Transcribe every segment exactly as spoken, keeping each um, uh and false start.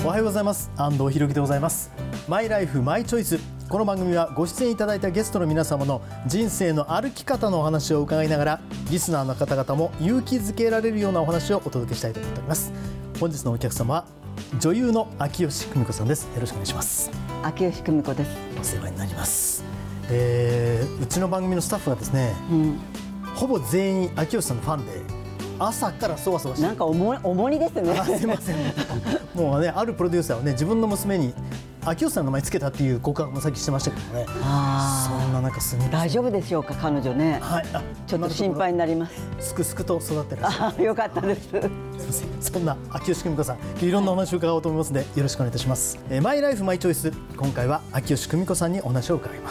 おはようございます。安藤博樹でございます。マイライフマイチョイス。この番組はご出演いただいたゲストの皆様の人生の歩き方のお話を伺いながら、リスナーの方々も勇気づけられるようなお話をお届けしたいと思っております。本日のお客様は女優の秋吉久美子さんです。よろしくお願いします。 秋吉久美子です。 お世話になります。えー、うちの番組のスタッフがですね、うん、ほぼ全員秋吉さんのファンで、朝からそわそわして、 なんか重重荷ですね。 すいませんもうね、あるプロデューサーはね、自分の娘に秋吉さんの名前つけたっていう告白もさっきしてましたけどね。あ、そんな中すみません。 大丈夫でしょうか、彼女ね。はい、あ、ちょっと心配になります。 すくすくと育ってらっしゃる。 あ、よかったです。すみません。そんな秋吉久美子さん、いろんなお話を伺おうと思いますので、よろしくお願いいたします。えー、マイライフマイチョイス、今回は秋吉久美子さんにお話を伺います。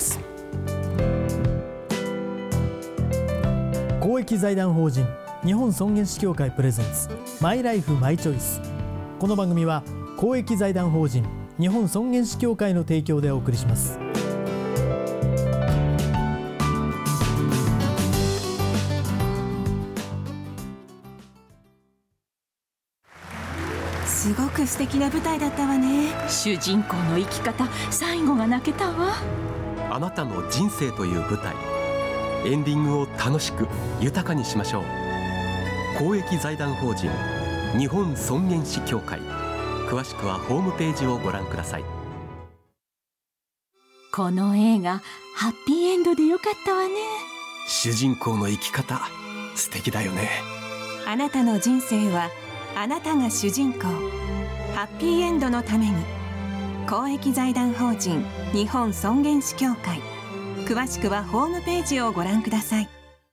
公益財団法人日本尊厳死協会プレゼンツマイライフマイチョイス。この番組は公益財団法人日本尊厳死協会の提供でお送りします。 すごく素敵な舞台だったわね。主人公の生き方、最後が泣けたわ。 あなたの人生という舞台、エンディングを楽しく豊かにしましょう。公益財団法人日本尊厳死協会、詳しくはホームページをご覧ください。 この映画ハッピーエンドでよかったわね。 主人公の生き方、素敵だよね。 あなたの人生はあなたが主人公。ハッピーエンドのために、公益財団法人日本尊厳死協会、詳しくはホームページをご覧ください。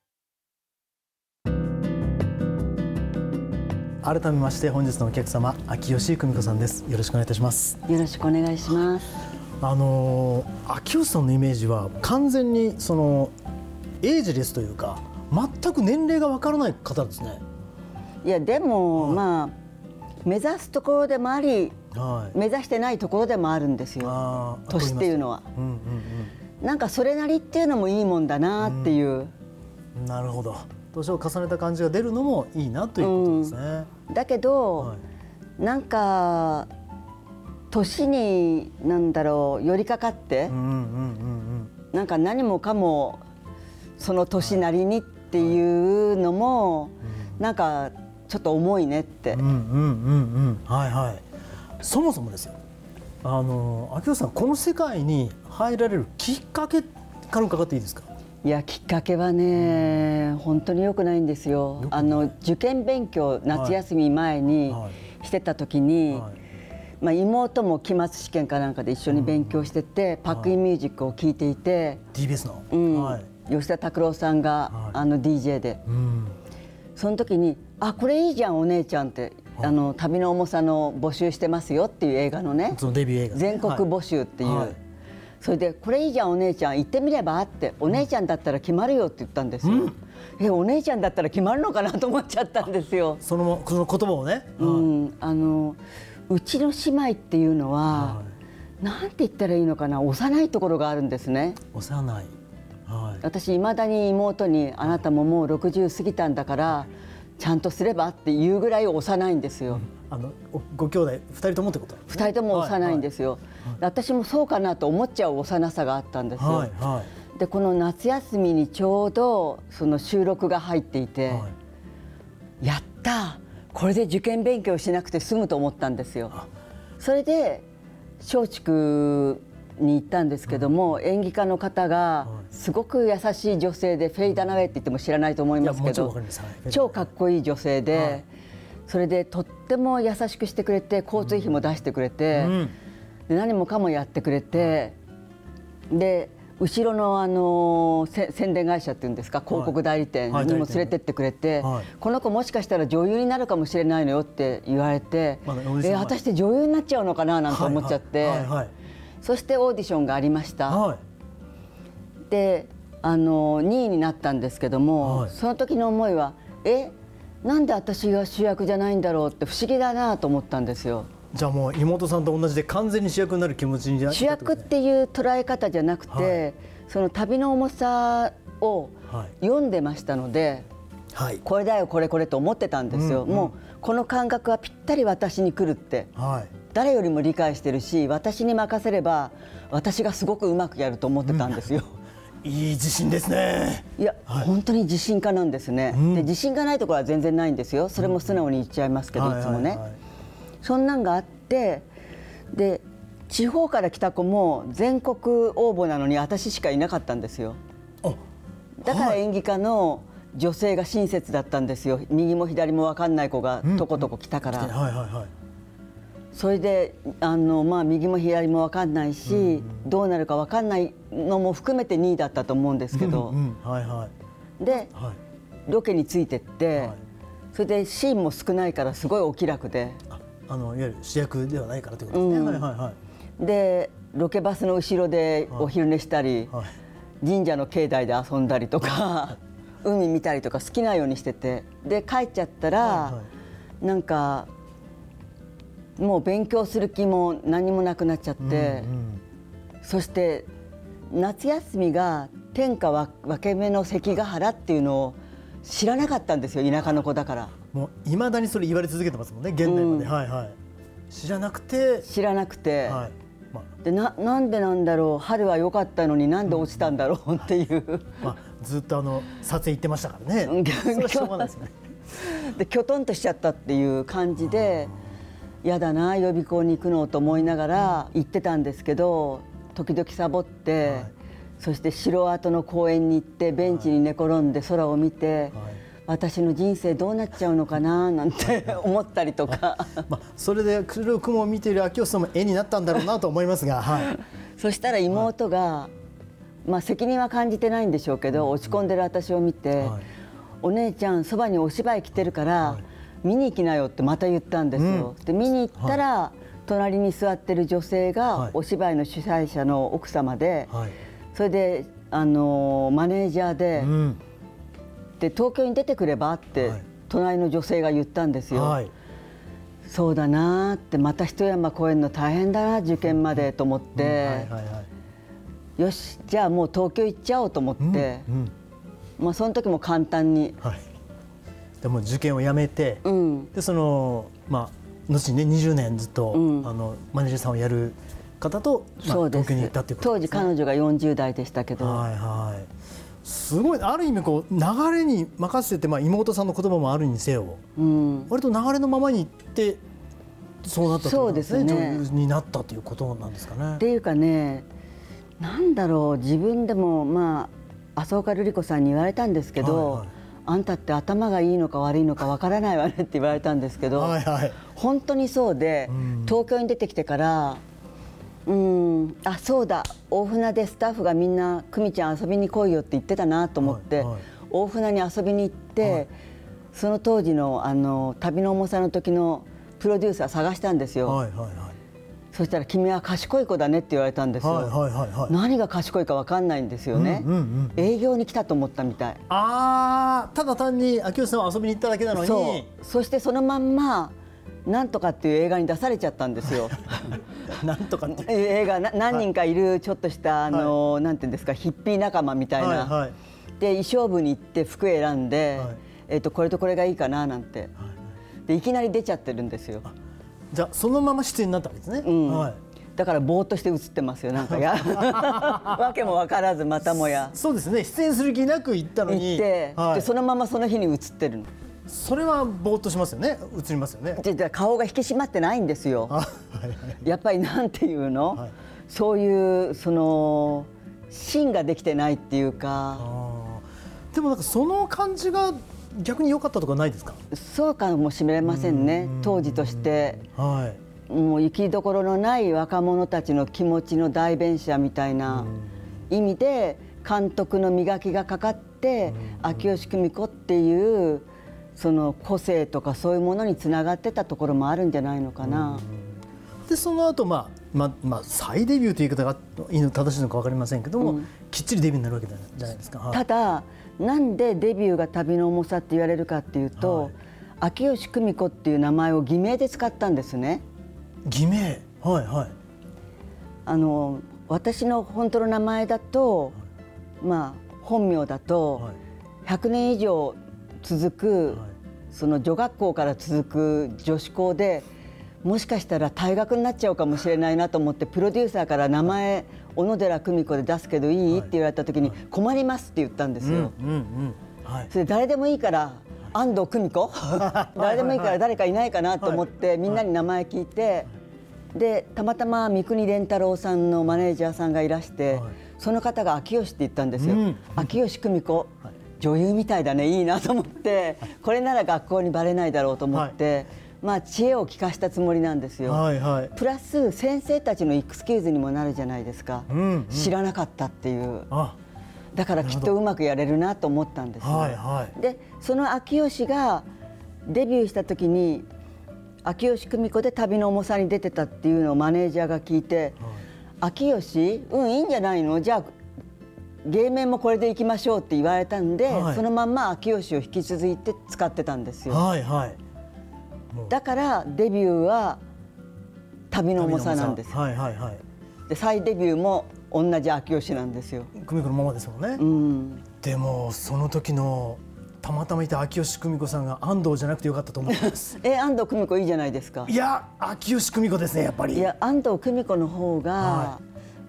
改めまして本日のお客様、秋吉久美子さんです。よろしくお願いいたします。 よろしくお願いします。 あの秋吉さんのイメージは完全にそのエイジレスというか、全く年齢がわからない方ですね。 いやでも、はい、まあ目指すところでもあり、はい、目指してないところでもあるんですよ、年っていうのは、うんうんうん、なんかそれなりっていうのもいいもんだなっていう、 うん、なるほど。年を重ねた感じが出るのもいいなということですね、 うん、だけど、はい、なんか年に何だろう寄りかかって、うんうんうんうん、なんか何もかもその年なりにっていうのも、はい、なんかちょっと重いねって、うんうんうんうん、 はいはい。そもそもですよ、あの秋吉さん、この世界に入られるきっかけから伺っていいですか？ いや、きっかけはね、本当に良くないんですよ。あの受験勉強、夏休み前にしてた時に、はいはい、まあ、妹も期末試験かなんかで一緒に勉強してて、うん、パックインミュージックを聴いていて、はい、 ディービーエス の、 うんはい、 吉田拓郎さんが、はい、あの ディージェー で、うん、その時にあ、これいいじゃんお姉ちゃんって、はい、あの旅の重さの募集してますよっていう映画のね、 そのデビュー映画、ね、 全国募集っていう、はいはい、それでこれいいじゃんお姉ちゃん行ってみればって、お姉ちゃんだったら決まるよって言ったんですよ、うん、えお姉ちゃんだったら決まるのかなと思っちゃったんですよ。 その、その言葉をね、 うん、あのうちの姉妹っていうのは、はい、なんて言ったらいいのかな、幼いところがあるんですね。 幼い、はい、 私いまだに妹にあなたももうろくじゅう過ぎたんだからちゃんとすればっていうぐらい幼いんですよ、うん、 あのご兄弟ふたりともってことですね。 ふたりとも幼いんですよ、はいはい、私もそうかなと思っちゃう幼さがあったんですよ、はいはい、でこの夏休みにちょうどその収録が入っていて、はい、やったこれで受験勉強しなくて済むと思ったんですよ。それで松竹に行ったんですけども、うん、演技家の方がすごく優しい女性で、フェイ・ダナウェイって言っても知らないと思いますけど、超かっこいい女性で、はい、それでとっても優しくしてくれて、交通費も出してくれて、うん、で何もかもやってくれて、で後ろの、あの宣伝会社っていうんですか、広告代理店にも連れてってくれて、はいはい、この子もしかしたら女優になるかもしれないのよって言われて、まだえ果たして女優になっちゃうのかななんて思っちゃって、はいはいはいはい、そしてオーディションがありました、はい、であのにいになったんですけども、はい、その時の思いはえなんで私が主役じゃないんだろうって不思議だなと思ったんですよ。 じゃあもう妹さんと同じで完全に主役になる気持ちになって、 主役っていう捉え方じゃなくて、はい、その旅の重さを読んでましたので、はい、これだよこれこれと思ってたんですよ、うんうん、もうこの感覚はぴったり私に来るって、はい、 誰よりも理解してるし、私に任せれば私がすごくうまくやると思ってたんですよ。 うん、いい自信ですね。 いや、はい、本当に自信家なんですね、うん、で自信がないところは全然ないんですよ。それも素直に言っちゃいますけど、うん、いつもね、はいはいはい、そんなんがあって、で地方から来た子も全国応募なのに私しかいなかったんですよ。だから演技科の女性が親切だったんですよ。右も左も分かんない子がとことこ来たから、うんうん、はいはいはい、それであの、まあ、右も左も分かんないし、うんうん、どうなるか分かんないのも含めてにいだったと思うんですけど、うんうん、はいはい、で、はい、ロケについてって、はい、それでシーンも少ないからすごいお気楽で、 ああのいわゆる主役ではないからということですね、うん、はいはいはい。 でロケバスの後ろでお昼寝したり、はいはい、神社の境内で遊んだりとか、はい、海見たりとか好きなようにしてて、で帰っちゃったら、はいはい、なんかもう勉強する気も何もなくなっちゃって、うんうん、そして夏休みが天下分け目の関ヶ原っていうのを知らなかったんですよ、田舎の子だから。 もういまだにそれ言われ続けてますもんね、現代まで、うん、はいはい、知らなくて知らなくて、はい、まあ、で な, なんでなんだろう、春は良かったのになんで落ちたんだろうっていう、うん、 まあ、ずっとあの撮影行ってましたからね。それはしょうがないですね。 できょとんとしちゃったっていう感じで、やだな予備校に行くのと思いながら行ってたんですけど、時々サボって、はい、そして城跡の公園に行ってベンチに寝転んで空を見て、はいはい、私の人生どうなっちゃうのかななんて思ったりとか、 まあ、それで黒い雲を見ている秋吉さんも絵になったんだろうなと思いますが、はい、 そしたら妹が、はい、まあ、責任は感じてないんでしょうけど、落ち込んでる私を見て、はい、お姉ちゃんそばにお芝居来てるから、はい、見に行きなよってまた言ったんですよ、うん、で見に行ったら、はい、隣に座ってる女性がお芝居の主催者の奥様で、はい、それであのマネージャーで、うん、で東京に出てくればって、はい、隣の女性が言ったんですよ、はい、そうだなって、また一山越えるの大変だな受験までと思って、よしじゃあもう東京行っちゃおうと思って、うんうん、まあ、その時も簡単に、はい、 でも受験をやめて、うん、でそのまあ後にねにじゅうねんずっと、うん、あのマネージャーさんをやる方と、まあ、東京に行ったっていうことですね。 当時彼女がよんじゅう代でしたけど、はいはい、 すごいある意味こう流れに任せて、まあ、妹さんの言葉もあるにせよ、うん、割と流れのままにいってそうなったということですね。女優になったということなんですかね。 っていうかね、なんだろう、自分でもまあ浅岡瑠璃子さんに言われたんですけど、はいはい、あんたって頭がいいのか悪いのかわからないわねって言われたんですけど、はいはい、本当にそうで、うん、東京に出てきてからうん、あそうだ大船でスタッフがみんな久美ちゃん遊びに来いよって言ってたなと思って、はいはい、大船に遊びに行って、はい、その当時 の, あの旅の重さの時のプロデューサー探したんですよ、はいはいはい、そしたら君は賢い子だねって言われたんですよ、はいはいはいはい、何が賢いか分かんないんですよね、うんうんうん、営業に来たと思ったみたい。 あー、ただ単に秋吉さんは遊びに行っただけなのに、 そう、そしてそのまんまなんとかっていう映画に出されちゃったんですよなんとかって映画な何人かいるちょっとしたあの、はい、なんていうんですか、ヒッピー仲間みたいな、はいはい、で衣装部に行って服選んで、はい、えーとこれとこれがいいかななんて、はいはい、でいきなり出ちゃってるんですよ。 じゃあそのまま出演になったわけですね、 うん、はい、だからぼーっとして映ってますよ、なんかやわけも分からずまたもや。 そうですね、出演する気なく行ったのに行って、はい、でそのままその日に映ってるの。 それはぼーっとしますよね、映りますよね。 で顔が引き締まってないんですよ、はいはい、やっぱりなんていうの、はい、そういうその芯ができてないっていうか。 あ、でもなんかその感じが逆に良かったとかないですか。 そうかもしれませんね、当時として、はい、もう行きどころのない若者たちの気持ちの代弁者みたいな意味で監督の磨きがかかって、秋吉久美子っていうその個性とかそういうものにつながってたところもあるんじゃないのかな。 でその後、まあまあまあ、再デビューという言い方が正しいのか分かりませんけども、うん、きっちりデビューになるわけじゃないですか、はい、ただなんでデビューが旅の重さって言われるかっていうと、はい、秋吉久美子っていう名前を偽名で使ったんですね。 偽名、はいはい、 あの私の本当の名前だと、はい、まあ本名だと、はい、ひゃくねん以上続く、はい、その女学校から続く女子校でもしかしたら退学になっちゃうかもしれないなと思ってプロデューサーから名前小野寺久美子で出すけどいい、はい、って言われた時に困りますって言ったんですよ。うんうんうんはい、それ誰でもいいから安藤久美子誰でもいいから誰かいないかなと思ってみんなに名前聞いて、でたまたま三國連太郎さんのマネージャーさんがいらして、はい、その方が秋吉って言ったんですよ。うん、秋吉久美子、はい、女優みたいだね、いいなと思ってこれなら学校にバレないだろうと思って、はいまあ、知恵を聞かしたつもりなんですよ、はいはい、プラス先生たちのエクスキューズにもなるじゃないですか、うんうん、知らなかったっていう。あだからきっとうまくやれるなと思ったんですよ、はいはい、でその秋吉がデビューした時に秋吉久美子で旅の重さに出てたっていうのをマネージャーが聞いて、はい、秋吉うんいいんじゃないの、じゃあ芸名もこれでいきましょうって言われたんで、はい、そのまんま秋吉を引き続いて使ってたんですよ、はいはい、だからデビューは旅の重さなんですよ、はいはいはい、で再デビューも同じ秋吉なんですよ。 久美子のままですもんね、うん、でもその時のたまたまいた秋吉久美子さんが安藤じゃなくてよかったと思いますえ安藤久美子いいじゃないですか。 いや秋吉久美子ですねやっぱり。 いや安藤久美子の方が、はい、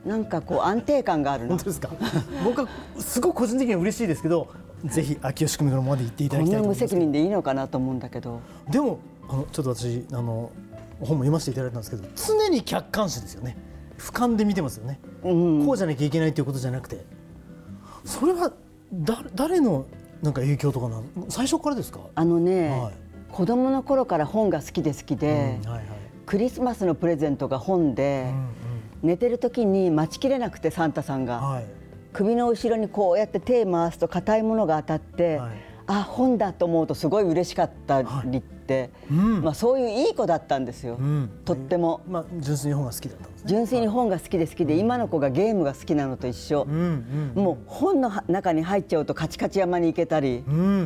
なんかこう安定感があるの。 本当ですか僕はすごく個人的には嬉しいですけどぜひ秋吉久美子のままで言っていただきたいと思います。 こんな無責任でいいのかなと思うんだけど。 でもあのちょっと私あの本も読ませていただいたんですけど常に客観視ですよね。俯瞰で見てますよね、うん、こうじゃなきゃいけないということじゃなくて、それはだ誰のなんか影響とかな最初からですか。 あのね、はい、子供の頃から本が好きで好きで、うんはいはい、クリスマスのプレゼントが本で、うんうん、寝てる時に待ちきれなくてサンタさんが、はい、首の後ろにこうやって手回すと硬いものが当たって、はい、あ本だと思うとすごい嬉しかったりって、はいうんまあ、そういういい子だったんですよ、うん、とっても、 まあ、純粋に本が好きだったんですね。 純粋に本が好きで好きで、うん、今の子がゲームが好きなのと一緒、うんうん、もう本の中に入っちゃうとカチカチ山に行けたり、うん、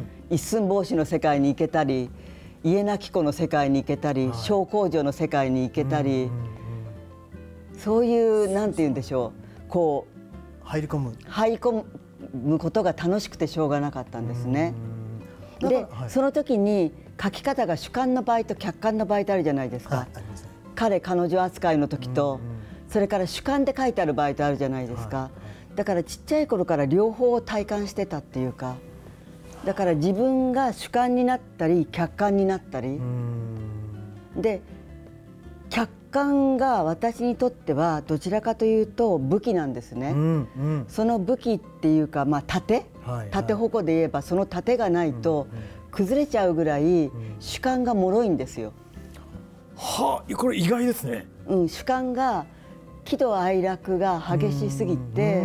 一寸法師の世界に行けたり家なき子の世界に行けたり、はい、小工場の世界に行けたり、うんうんうん、そういうなんて言うんでしょう、こう入り込む入り込むことが楽しくてしょうがなかったんですね。で、はい、その時に書き方が主観の場合と客観の場合とあるじゃないですか、はい、彼彼女扱いの時と、うんうん、それから主観で書いてある場合とあるじゃないですか、はい、だからちっちゃい頃から両方を体感してたっていうか、だから自分が主観になったり客観になったり、うんで客観が私にとってはどちらかというと武器なんですね、うんうん、その武器っていうか、まあ、盾、はいはい、盾矛で言えばその盾がないと崩れちゃうぐらい主観が脆いんですよ、 うん、はあ、これ意外ですね、 うん、主観が喜怒哀楽が激しすぎて、うん、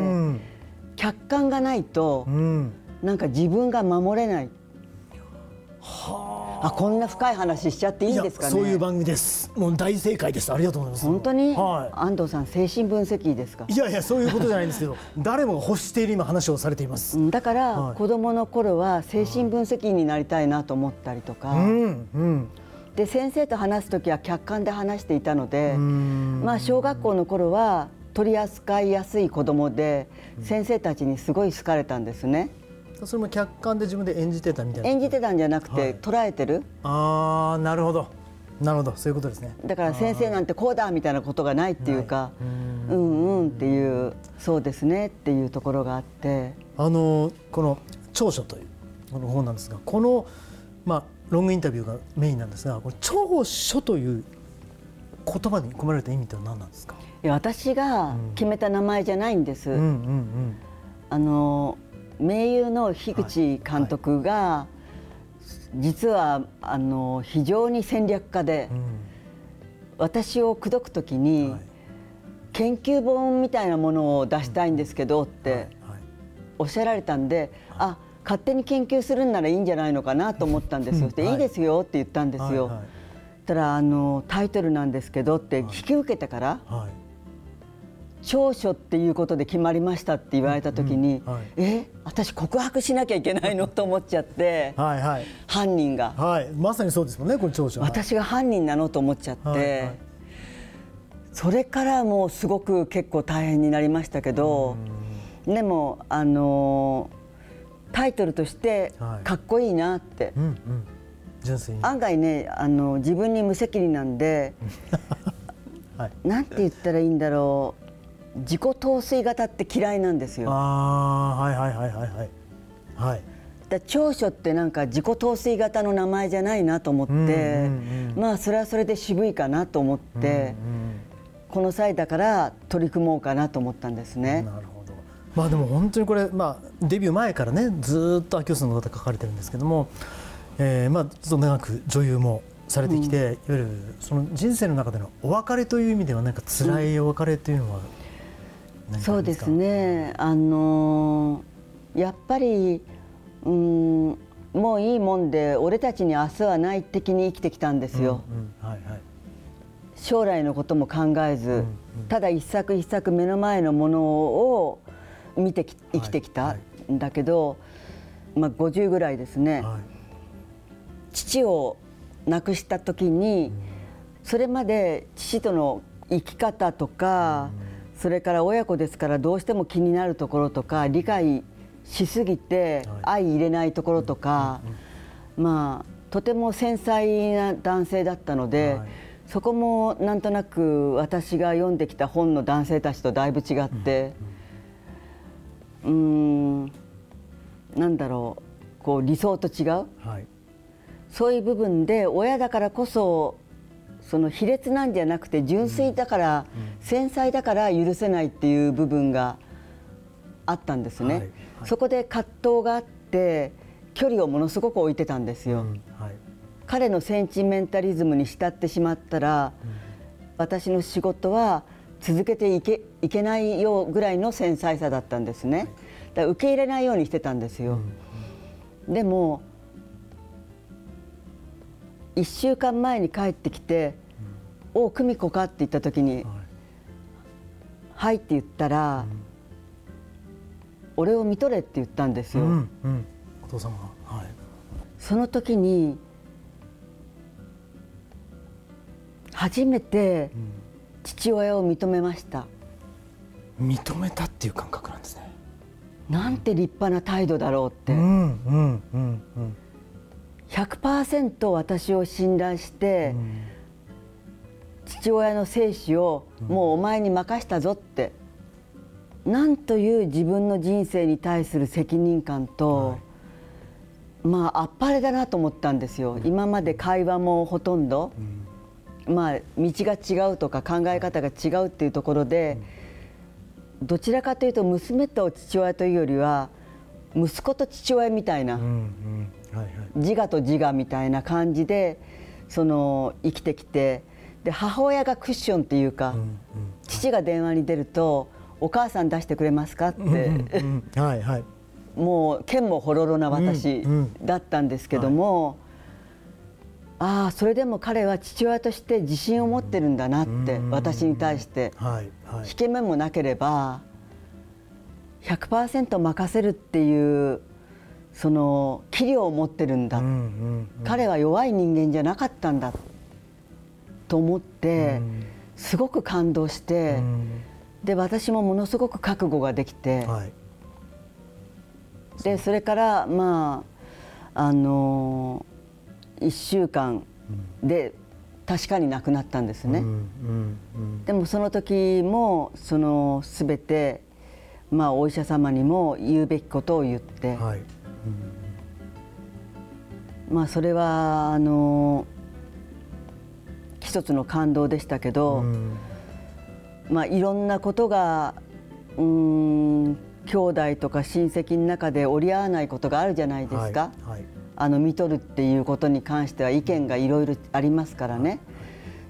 客観がないと、うん、なんか自分が守れない、はああこんな深い話しちゃっていいんですかね。 そういう番組です。もう大正解です。ありがとうございます。 本当に、はい、安藤さん精神分析ですか。 いやいやそういうことじゃないんですけど誰もが欲している今話をされています。 だから、はい、子供の頃は精神分析員になりたいなと思ったりとか、うんうん、で先生と話すときは客観で話していたので、まあ、小学校の頃は取り扱いやすい子供で、うん、先生たちにすごい好かれたんですね。 それも客観で自分で演じてたみたいな。 演じてたんじゃなくて、はい、捉えてる。 ああなるほどなるほど、そういうことですね。 だから先生なんてこうだみたいなことがないっていうか、うんうんっていう、そうですねっていうところがあって、 あのこの長所というこの本なんですが、この、まあ、ロングインタビューがメインなんですが、この長所という言葉に込められた意味って何なんですか。 いや私が決めた名前じゃないんです、うんうんうんうん、あの名優の樋口監督が、はいはい、実はあの非常に戦略家で、うん、私を口説くときに、はい、研究本みたいなものを出したいんですけどっておっしゃられたんで、はいはい、あ勝手に研究するんならいいんじゃないのかなと思ったんですよ。で、はい、いいですよって言ったんですよ。はいはい、たらあのタイトルなんですけどって引き受けてから、はいはい、長所っていうことで決まりましたって言われた時に、うんはい、え私告白しなきゃいけないのと思っちゃってはい、はい、犯人が、 はい、まさにそうですもんね、これ長所、 私が犯人なのと思っちゃって、はいはい、それからもうすごく結構大変になりましたけど、でもあのタイトルとしてかっこいいなって、はいうんうん、 純粋に。 案外ねあの自分に無責任なんで、はい、なんて言ったらいいんだろう、自己陶酔型って嫌いなんですよ。 ああ、はいはいはいはいはい。はい。 だ長所ってなんか自己陶酔型の名前じゃないなと思って、うんうんうん、まあそれはそれで渋いかなと思って、うんうん、この際だから取り組もうかなと思ったんですね。 なるほど。まあでも本当にこれ、まあ、デビュー前からねずっと秋吉さんの方書かれてるんですけども、えー、まあずっと長く女優もされてきて、うん、いわゆるその人生の中でのお別れという意味では何か辛いお別れというのは何かありますか？ そうですね、あのー、やっぱりうーんもういいもんで俺たちに明日はない的に生きてきたんですよ、うんうんはいはい、将来のことも考えず、うんうん、ただ一作一作目の前のものを見てき生きてきたんだけど、はいはい、まあ、ごじゅうぐらいですね、はい、父を亡くした時に、うん、それまで父との生き方とか、うん、それから親子ですからどうしても気になるところとか理解しすぎて相入れないところとか、まあとても繊細な男性だったので、はい、そこもなんとなく私が読んできた本の男性たちとだいぶ違って、うーんなんだろう、こう理想と違う、はい、そういう部分で親だからこそその卑劣なんじゃなくて純粋だから、うん、繊細だから許せないっていう部分があったんですね、はいはい、そこで葛藤があって距離をものすごく置いてたんですよ、うんはい、彼のセンチメンタリズムに浸ってしまったら、うん、私の仕事は続けていけ、いけないよぐらいの繊細さだったんですね、はい、だから受け入れないようにしてたんですよ、うんうん、でもいっしゅうかんまえに帰ってきて「うん、おう久美子か?」って言った時に「はい、はい」って言ったら、うん、俺を見とれって言ったんですよ、うんうん、 お父様が、はい、 その時に初めて父親を認めました、 うん、認めたっていう感覚なんですね。 なんて立派な態度だろうって、うんうんうんうん、ひゃくパーセント 私を信頼して、うん、父親の生死をもうお前に任したぞって、うん、なんという自分の人生に対する責任感と、はい、まああっぱれだなと思ったんですよ、うん、今まで会話もほとんど、うん、まあ道が違うとか考え方が違うっていうところで、うん、どちらかというと娘と父親というよりは息子と父親みたいな、うんうんはいはい、自我と自我みたいな感じでその生きてきて、で母親がクッションっていうか、うんうん、父が電話に出るとお母さん出してくれますかって、うんうんはいはい、もう剣もほろろな私だったんですけども、うんうんはい、ああそれでも彼は父親として自信を持ってるんだなって、うん、私に対して、はいはい、引け目もなければ ひゃくパーセント 任せるっていうその器量を持ってるんだ、うんうんうん、彼は弱い人間じゃなかったんだと思って、うん、すごく感動して、うん、で私もものすごく覚悟ができて、はい、でそれからまああのー、いっしゅうかんで確かに亡くなったんですね、うんうんうん、でもその時もその全て、まあ、お医者様にも言うべきことを言って、はいうん、まあそれはあの一つの感動でしたけど、うんまあ、いろんなことがうーん兄弟とか親戚の中で折り合わないことがあるじゃないですか、はいはい、あの見とるっていうことに関しては意見がいろいろありますからね、はいはい、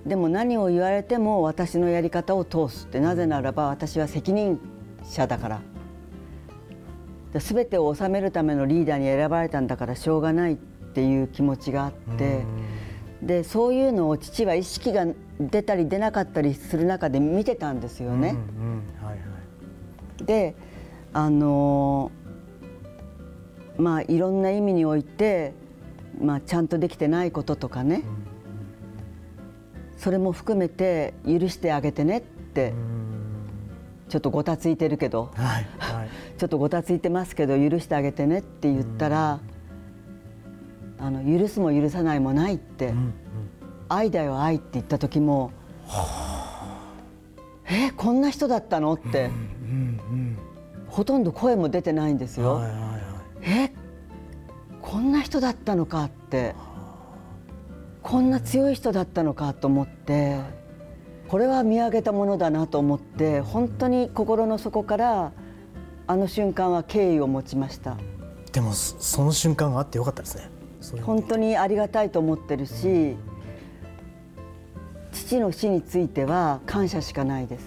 でも何を言われても私のやり方を通すって、なぜならば私は責任者だから全てを収めるためのリーダーに選ばれたんだからしょうがないっていう気持ちがあって、でそういうのを父は意識が出たり出なかったりする中で見てたんですよね、うんうんはいはい、であのー、まあいろんな意味において、まあ、ちゃんとできてないこととかね、うんうん、それも含めて許してあげてねって、うんちょっとごたついてるけど、はいはい、ちょっとごたついてますけど許してあげてねって言ったら、 あの許すも許さないもないって、うんうん、愛だよ愛って言った時も、はあ、えー、こんな人だったのって、うんうんうん、ほとんど声も出てないんですよ、はいはいはい、えー、こんな人だったのかって、はあ、こんな強い人だったのかと思って、これは見上げたものだなと思って、本当に心の底からあの瞬間は敬意を持ちました。 でもその瞬間があってよかったですね。 本当にありがたいと思ってるし、父の死については感謝しかないです。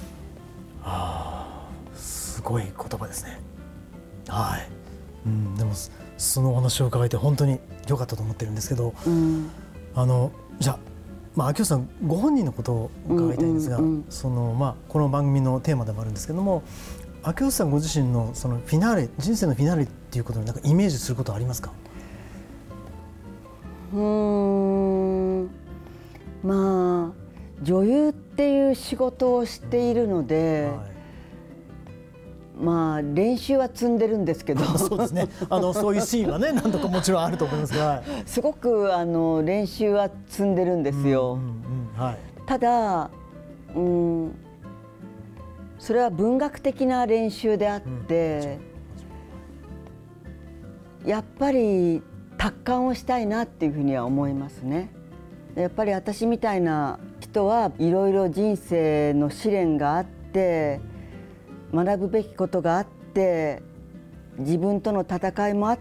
はあ、すごい言葉ですね。はい、うん、でもそのお話を伺えて本当に良かったと思ってるんですけど、うん、あのじゃあ、まあ、秋吉さんご本人のことを伺いたいんですが、うんうんうん、そのまあ、この番組のテーマでもあるんですけども、秋吉さんご自身のそのフィナーレ、人生のフィナーレっていうことになんかイメージすることはありますか？ うーん、まあ女優っていう仕事をしているので、はい、まあ練習は積んでるんですけどそうですね、あのそういうシーンはね何度かもちろんあると思いますが、 すごくあの練習は積んでるんですよ、うんうんうん、はい、ただ、うん、それは文学的な練習であって、うん、やっぱり達観をしたいなっていうふうには思いますね。やっぱり私みたいな人はいろいろ人生の試練があって、学ぶべきことがあって、自分との戦いもあって、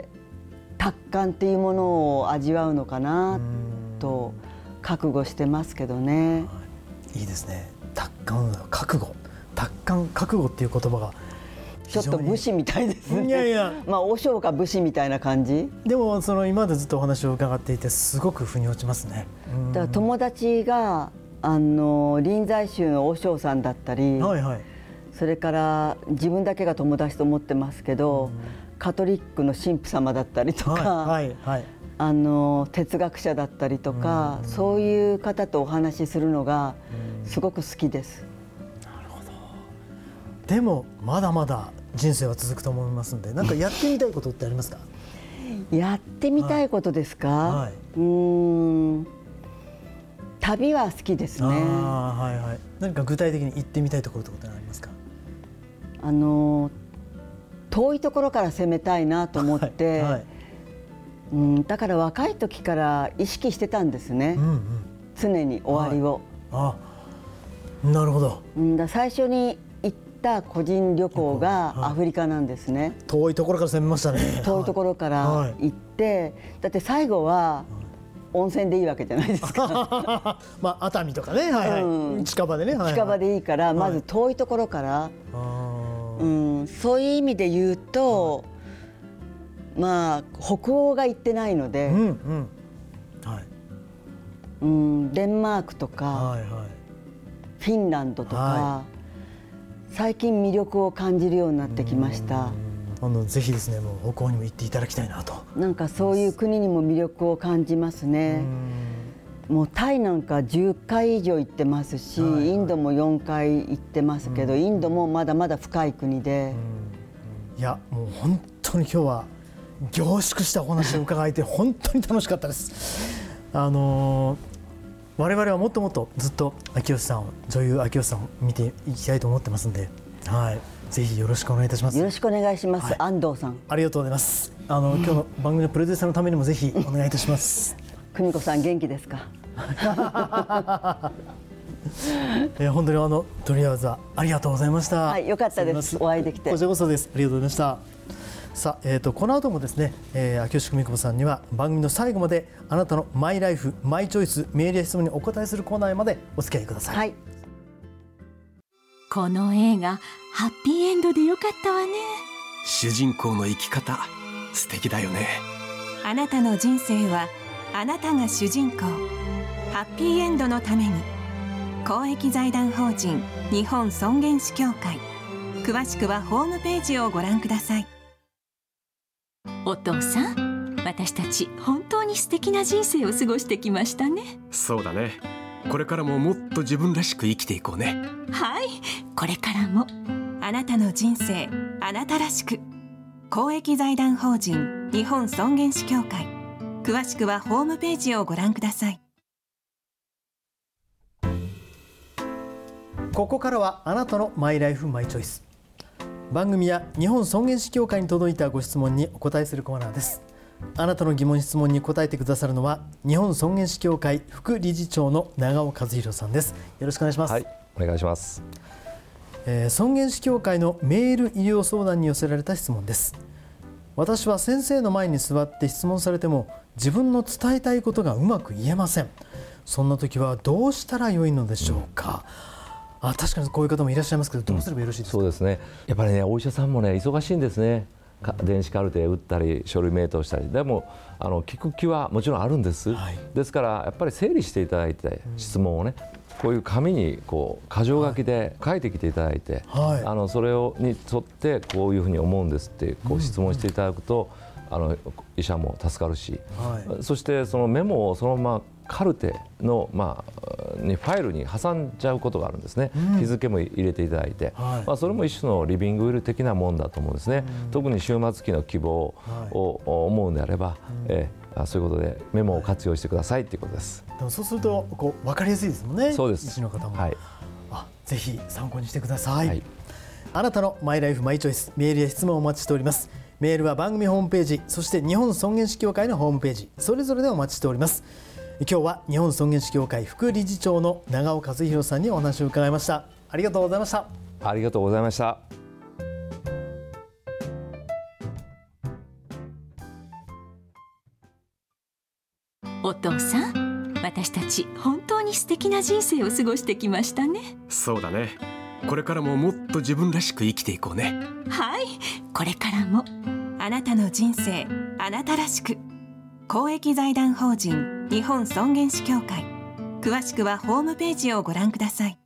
達観っていうものを味わうのかなと覚悟してますけどね。 いいですね。達観、覚悟、達観、覚悟っていう言葉がちょっと武士みたいですね。 いやいや、 まあ和尚か武士みたいな感じ。 でもその今までずっとお話を伺っていてすごく腑に落ちますね。 だから友達があの臨済宗の和尚さんだったり、はいはい、それから自分だけが友達と思ってますけど、カトリックの神父様だったりとか、はいはいはい、あの哲学者だったりとか、そういう方とお話しするのがすごく好きです。 なるほど。でもまだまだ人生は続くと思いますので、なんかやってみたいことってありますか？ やってみたいことですか？はい、うーん、旅は好きですね。あ、はいはい、 何か具体的に行ってみたいところとかってありますか？ あの遠いところから攻めたいなと思って、はいはい、うん、だから若い時から意識してたんですね、うんうん、常に終わりを、 はい、あ、なるほど、 うん、だ最初に行った個人旅行がアフリカなんですね、はい、 遠いところから攻めましたね。 遠いところから行って、はい、だって最後は温泉でいいわけじゃないですかまあ熱海とかね、はいはい、うん、近場でね、はいはい、 近場でいいから、まず遠いところから、はい、うん、そういう意味で言うと、はい、まあ北欧が行ってないので、うんうん、はい、うん、デンマークとか、はいはい、フィンランドとか、はい、最近魅力を感じるようになってきました。 あのぜひですね、もう北欧にも行っていただきたいなと。 なんかそういう国にも魅力を感じますね。もうタイなんかじゅっかい以上行ってますし、はいはい、インドもよんかい行ってますけど、うん、インドもまだまだ深い国で、 うん、いやもう本当に今日は凝縮したお話を伺えて本当に楽しかったです。あのー、我々はもっともっとずっと秋吉さんを、女優秋吉さんを見ていきたいと思ってますんで、はい、ぜひよろしくお願いいたします。 よろしくお願いします、はい、安藤さん、 ありがとうございます。あの、うん、今日の番組のプロデューサーのためにもぜひお願いいたします久美子さん元気ですか？ いや本当にあのとりあえずはありがとうございました。 はい、よかったです。お会いできて。 こちらこそです。ありがとうございました。さあ、えーと、この後もですね、えー、秋吉久美子さんには番組の最後まであなたのマイライフマイチョイス、メールや質問にお答えするコーナーまでお付き合いください。はい、 この映画ハッピーエンドでよかったわね。 主人公の生き方素敵だよね。 あなたの人生はあなたが主人公。ハッピーエンドのために公益財団法人日本尊厳死協会、詳しくはホームページをご覧ください。 お父さん、私たち本当に素敵な人生を過ごしてきましたね。 そうだね。これからももっと自分らしく生きていこうね。 はい、これからもあなたの人生あなたらしく、公益財団法人日本尊厳死協会詳しくはホームページをご覧ください。 ここからはあなたのマイライフマイチョイス。番組や日本尊厳死協会に届いたご質問にお答えするコーナーです。あなたの疑問質問に答えてくださるのは日本尊厳死協会副理事長の長尾和弘さんです。よろしくお願いします。 はい、お願いします。 えー、尊厳死協会のメール医療相談に寄せられた質問です。私は先生の前に座って質問されても自分の伝えたいことがうまく言えません。そんな時はどうしたらよいのでしょうか。うん、あ、確かにこういう方もいらっしゃいますけど、どうすればよろしいですか。 うん、そうですね。やっぱりね、お医者さんもね、忙しいんですね。電子カルテ打ったり書類名答したり、でもあの聞く気はもちろんあるんです。はい、ですからやっぱり整理していただいて、うん、質問をね、こういう紙にこう箇条書きで書いてきていただいて、はい、あのそれをに沿ってこういうふうに思うんですってこう質問していただくと、うんうん、あの医者も助かるし、はい、そしてそのメモをそのままカルテの、まあ、にファイルに挟んじゃうことがあるんですね。うん、日付も入れていただいて、はい、まあ、それも一種のリビングウィル的なもんだと思うんですね。うん、特に終末期の希望を思うんであれば、はい、えー、そういうことでメモを活用してくださいということです。 でもそうするとこう分かりやすいですもんね。 そうです。 医師の方も、 はい、 あ、ぜひ参考にしてください。はい、 あなたのマイライフマイチョイス、メールや質問をお待ちしております。メールは番組ホームページ、そして日本尊厳死協会のホームページ、それぞれでお待ちしております。今日は日本尊厳死協会副理事長の長尾和弘さんにお話を伺いました。ありがとうございました。 ありがとうございました。 お父さん、私たち本当に素敵な人生を過ごしてきましたね。 そうだね。これからももっと自分らしく生きていこうね。 はい、これからもあなたの人生あなたらしく。公益財団法人日本尊厳死協会、詳しくはホームページをご覧ください。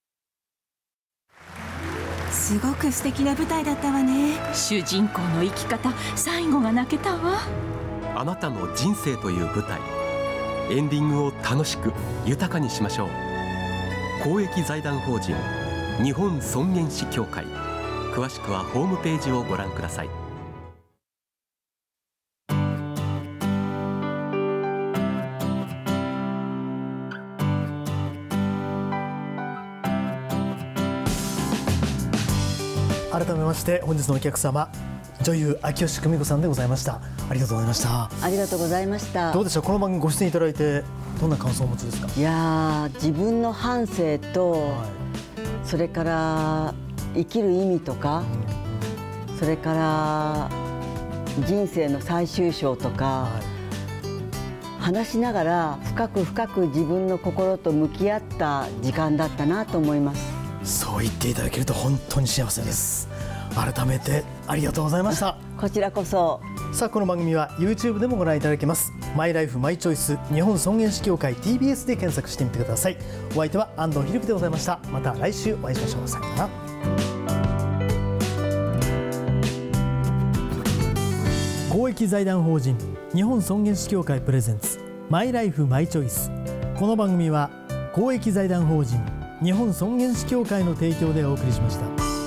すごく素敵な舞台だったわね。 主人公の生き方、最後が泣けたわ。 あなたの人生という舞台、エンディングを楽しく豊かにしましょう。公益財団法人日本尊厳死協会、詳しくはホームページをご覧ください。 改めまして本日のお客様、女優秋吉久美子さんでございました。ありがとうございました。 ありがとうございました。 どうでしょう、この番組ご出演いただいてどんな感想をお持ちですか。 いや、自分の半生と、はい、それから生きる意味とか、うん、それから人生の最終章とか、はい、話しながら深く深く自分の心と向き合った時間だったなと思います。 そう言っていただけると本当に幸せです。改めてありがとうございました。 こちらこそ。 さあ、この番組は YouTube でもご覧いただけます。マイライフマイチョイス日本尊厳死協会 ティービーエス で検索してみてください。お相手は安藤裕樹でございました。また来週お会いしましょう。さよなら。公益財団法人日本尊厳死協会プレゼンツマイライフマイチョイス。この番組は公益財団法人日本尊厳死協会の提供でお送りしました。